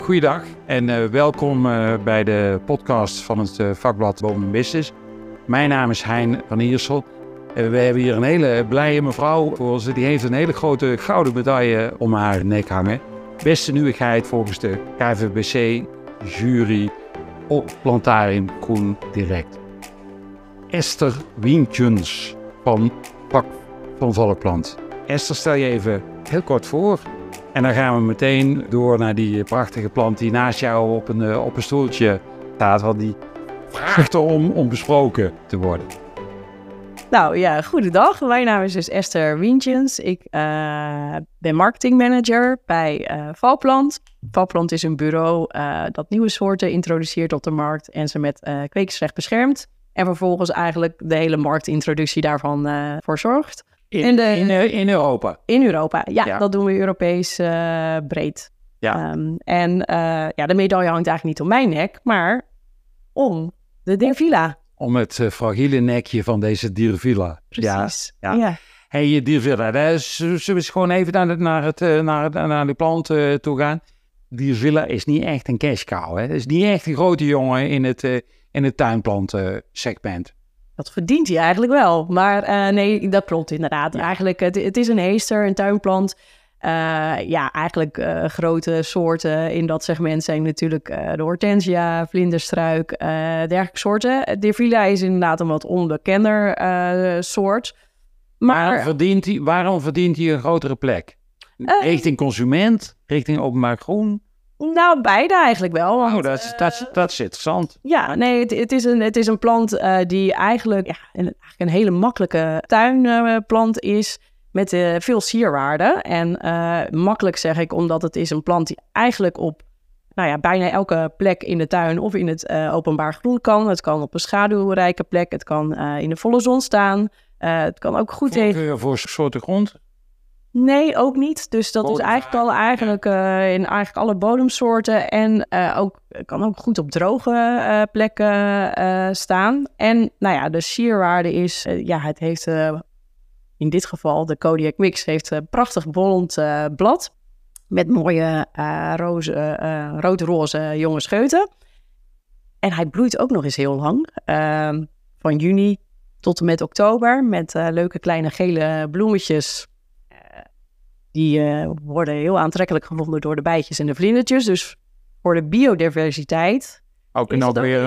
Goeiedag en welkom bij de podcast van het vakblad Boom & Business. Mijn naam is Hein van Iersel. We hebben hier een hele blije mevrouw voor ons. Die heeft een hele grote gouden medaille om haar nek hangen. Beste nieuwigheid volgens de KVBC jury op Plantarium Groen Direct. Esther Wientjens van Pak van Volkplant. Esther, stel je even heel kort voor. En dan gaan we meteen door naar die prachtige plant die naast jou op een stoeltje staat. Want die vraagt om besproken te worden. Nou ja, goedendag. Mijn naam is dus Esther Wientjens. Ik ben marketingmanager bij Valplant. Valplant is een bureau dat nieuwe soorten introduceert op de markt en ze met kwekersrecht beschermt. En vervolgens eigenlijk de hele marktintroductie daarvan voor zorgt. In Europa? In Europa, ja. Dat doen we Europees breed. Ja. De medaille hangt eigenlijk niet om mijn nek, maar om de Dirvilla. Om het fragiele nekje van deze Dirvilla. Precies, ja. Hey, Dirvilla, zullen we eens gewoon even naar de plant toe gaan? Dirvilla is niet echt een cash cow, hè? Het is niet echt een grote jongen in het tuinplantsegment. Dat verdient hij eigenlijk wel. Maar nee, dat klopt inderdaad. Ja. Eigenlijk, het is een heester, een tuinplant. Grote soorten in dat segment zijn natuurlijk de hortensia, vlinderstruik, dergelijke soorten. Dirvilla is inderdaad een wat onbekender soort. Maar waarom verdient hij een grotere plek? Richting consument, richting openbaar groen? Nou, beide eigenlijk wel. Want, dat is interessant. Ja, nee, het is een plant die eigenlijk een hele makkelijke tuinplant is met veel sierwaarde. En makkelijk zeg ik omdat het is een plant die eigenlijk op bijna elke plek in de tuin of in het openbaar groen kan. Het kan op een schaduwrijke plek, het kan in de volle zon staan. Het kan ook goed voor soorten grond? Nee, ook niet. Dus dat is eigenlijk in eigenlijk alle bodemsoorten. En kan ook goed op droge plekken staan. En de sierwaarde is, het heeft in dit geval de Kodiak Mix heeft een prachtig bollend blad. Met mooie rood-roze jonge scheuten. En hij bloeit ook nog eens heel lang. Van juni tot en met oktober. Met leuke kleine gele bloemetjes. Die worden heel aantrekkelijk gevonden door de bijtjes en de vlindertjes. Dus voor de biodiversiteit ook nog weer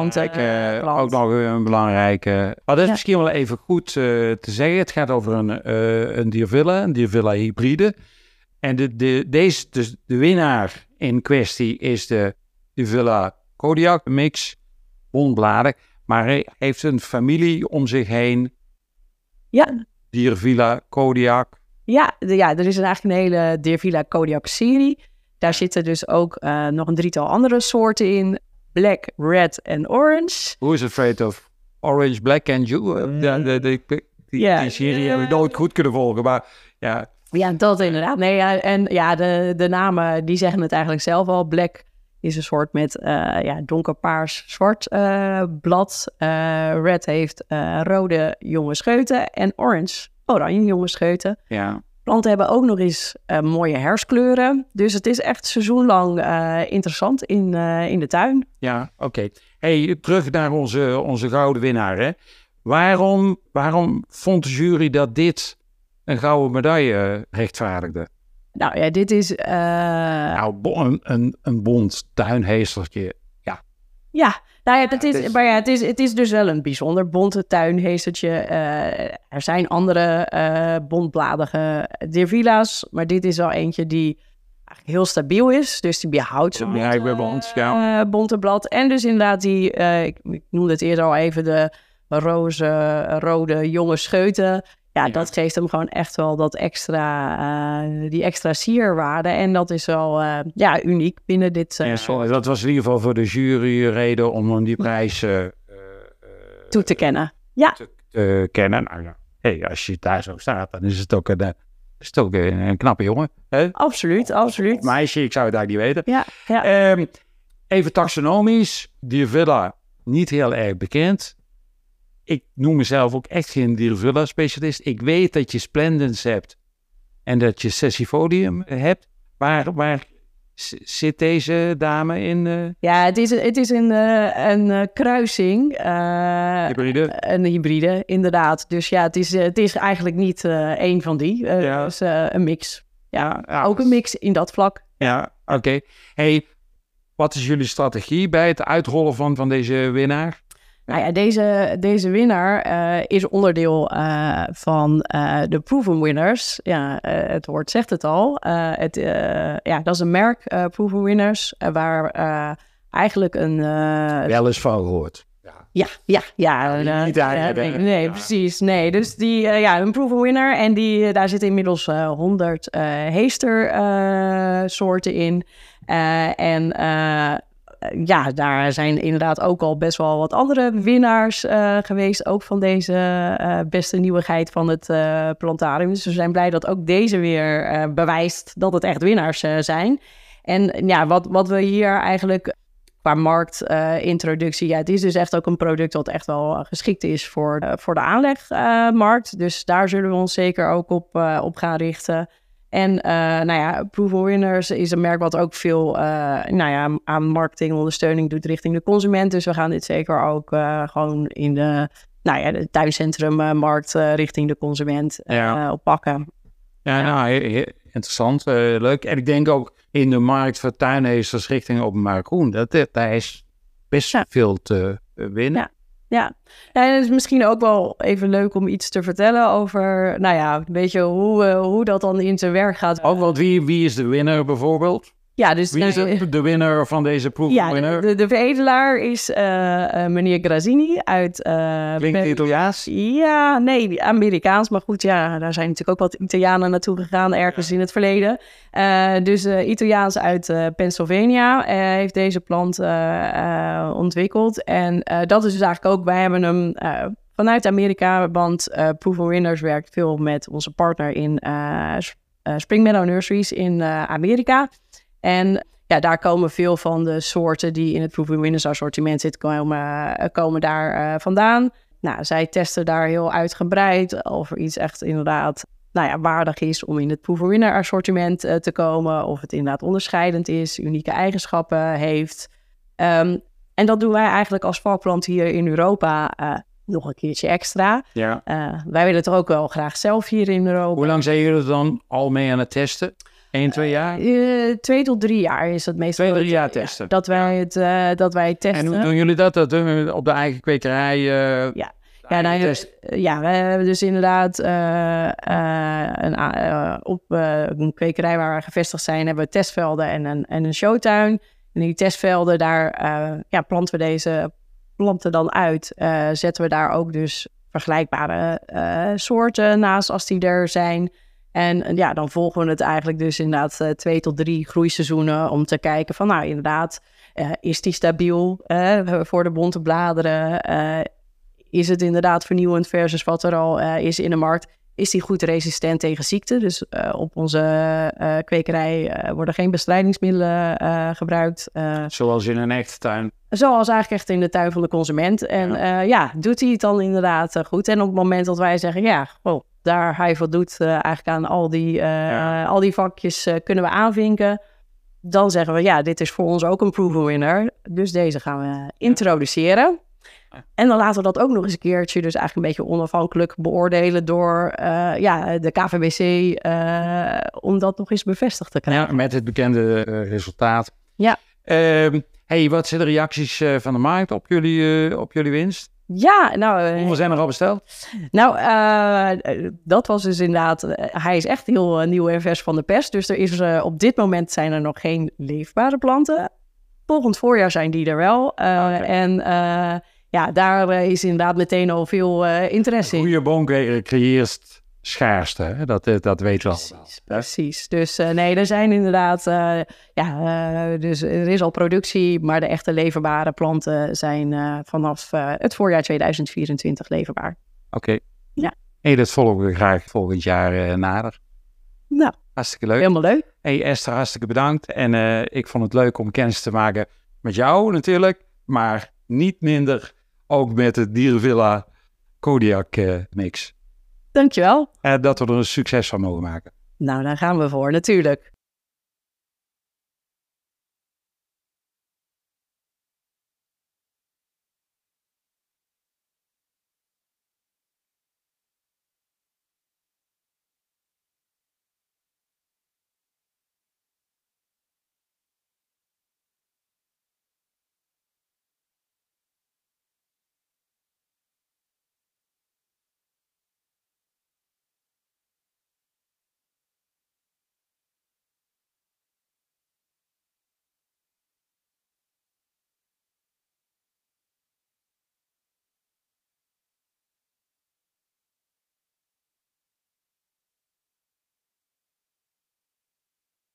een belangrijke. Maar dat is misschien wel even goed te zeggen. Het gaat over een Dirvilla hybride. En de winnaar in kwestie is de Dirvilla Kodiak Mix, bondbladig. Maar hij heeft een familie om zich heen. Ja. Dirvilla Kodiak. Ja, er is eigenlijk een hele Dirvilla Kodiak serie. Daar zitten dus ook nog een drietal andere soorten in. Black, red en orange. Who is afraid of orange, black and you? Die serie hebben we nooit goed kunnen volgen, maar ja. Ja, dat inderdaad. Nee, de namen die zeggen het eigenlijk zelf al. Black is een soort met donkerpaars zwart blad. Red heeft rode jonge scheuten en orange oranje jonge scheuten. Ja. Planten hebben ook nog eens mooie herfstkleuren. Dus het is echt seizoenlang interessant in de tuin. Ja, oké. Hey, terug naar onze gouden winnaar. Hè? Waarom vond de jury dat dit een gouden medaille rechtvaardigde? Nou ja, dit is... een bont tuinheestertje. Ja. Ja. Nou ja, het is dus wel een bijzonder bonte tuinheestertje. Er zijn andere bontbladige Dirvilla's, maar dit is al eentje die eigenlijk heel stabiel is. Dus die behoudt zijn bonte blad. En dus inderdaad ik noemde het eerder al even, de rode jonge scheuten. Ja, dat geeft hem gewoon echt wel dat die extra sierwaarde. En dat is wel uniek binnen dit soort. Dat was in ieder geval voor de jury reden om die prijs toe te kennen. Ja. Te kennen. Nou ja, hey, als je daar zo staat, dan is het ook een knappe jongen. Hè? Absoluut. Meisje, ik zou het eigenlijk niet weten. Ja. Even taxonomisch. Dirvilla, niet heel erg bekend. Ik noem mezelf ook echt geen Dirvilla-specialist. Ik weet dat je splendens hebt en dat je sessifolium hebt. Waar Zit deze dame in... Ja, het is een kruising. Hybride? Een hybride, inderdaad. Dus ja, het is eigenlijk niet één van die. Het is een mix. Ja, ook een mix in dat vlak. Ja, oké. Hey, wat is jullie strategie bij het uitrollen van deze winnaar? Nou ja, deze winnaar is onderdeel van de Proven Winners. Ja, het woord zegt het al. Dat is een merk, Proven Winners, waar eigenlijk een... Wel eens van gehoord. Nee, precies. Nee, dus een Proven Winner. En daar zitten inmiddels 100 heester soorten in. Daar zijn inderdaad ook al best wel wat andere winnaars geweest. Ook van deze beste nieuwigheid van het plantarium. Dus we zijn blij dat ook deze weer bewijst dat het echt winnaars zijn. En ja, wat we hier eigenlijk qua marktintroductie... het is dus echt ook een product dat echt wel geschikt is voor de aanlegmarkt. Dus daar zullen we ons zeker ook op gaan richten. En Proven Winners is een merk wat ook veel aan marketingondersteuning doet richting de consument. Dus we gaan dit zeker ook gewoon in de tuincentrummarkt richting de consument oppakken. Ja. Heel interessant, leuk. En ik denk ook in de markt voor tuinheesters richting openbaar groen. Daar is best veel te winnen. Ja, en het is misschien ook wel even leuk om iets te vertellen over, een beetje hoe dat dan in zijn werk gaat. Ook want wie is de winnaar bijvoorbeeld? Ja, dus wie is de winnaar van deze Proven Winner? De veredelaar is meneer Grazzini uit... Klinkt Italiaans? Ja, nee, Amerikaans. Maar goed, ja, daar zijn natuurlijk ook wat Italianen naartoe gegaan ergens in het verleden. Dus Italiaans uit Pennsylvania heeft deze plant ontwikkeld. En dat is dus eigenlijk ook, wij hebben hem vanuit Amerika, want Proven Winners werkt veel met onze partner in Spring Meadow Nurseries in Amerika. En ja, daar komen veel van de soorten die in het Proven Winners assortiment zitten, komen daar vandaan. Nou, zij testen daar heel uitgebreid of er iets echt inderdaad waardig is om in het Proven Winner assortiment te komen. Of het inderdaad onderscheidend is, unieke eigenschappen heeft. En dat doen wij eigenlijk als vakplant hier in Europa nog een keertje extra. Ja. Wij willen het ook wel graag zelf hier in Europa. Hoe lang zijn jullie er dan al mee aan het testen? 1, 2 jaar? 2 tot 3 jaar is het meestal. 2, 3 jaar testen. Dat wij het testen. En hoe doen jullie dat? Dat doen we op de eigen kwekerij? We hebben dus inderdaad op een kwekerij waar we gevestigd zijn, hebben we testvelden en een showtuin. En in die testvelden, daar planten we deze planten dan uit. Zetten we daar ook dus vergelijkbare soorten naast als die er zijn. En dan volgen we het eigenlijk dus inderdaad 2 tot 3 groeiseizoenen om te kijken van inderdaad, is die stabiel voor de bonte bladeren? Is het inderdaad vernieuwend versus wat er al is in de markt? Is die goed resistent tegen ziekte? Dus op onze kwekerij worden geen bestrijdingsmiddelen gebruikt. Zoals in een echte tuin? Zoals eigenlijk echt in de tuin van de consument. En doet hij het dan inderdaad goed? En op het moment dat wij zeggen, daar hij voldoet eigenlijk aan al die vakjes kunnen we aanvinken. Dan zeggen we, dit is voor ons ook een Proven Winner. Dus deze gaan we introduceren. En dan laten we dat ook nog eens een keertje dus eigenlijk een beetje onafhankelijk beoordelen door de KVBC om dat nog eens bevestigd te krijgen. Ja, met het bekende resultaat. Ja. Wat zijn de reacties van de markt op jullie winst? Ja, hoeveel zijn er al besteld? Dat was dus inderdaad... hij is echt heel nieuw en vers van de pers. Dus er is op dit moment zijn er nog geen leefbare planten. Volgend voorjaar zijn die er wel. En daar is inderdaad meteen al veel interesse in. Goede boomkweker creëert schaarste, hè? Dat weten we al. Precies. Dus er zijn inderdaad... dus er is al productie, maar de echte leverbare planten zijn vanaf het voorjaar 2024 leverbaar. Oké. Ja. Dat volgen we graag volgend jaar nader. Nou, hartstikke leuk. Helemaal leuk. Esther, hartstikke bedankt. En ik vond het leuk om kennis te maken met jou natuurlijk, maar niet minder ook met de Dierenvilla Kodiak mix. Dankjewel. Dat we er een succes van mogen maken. Nou, daar gaan we voor, natuurlijk.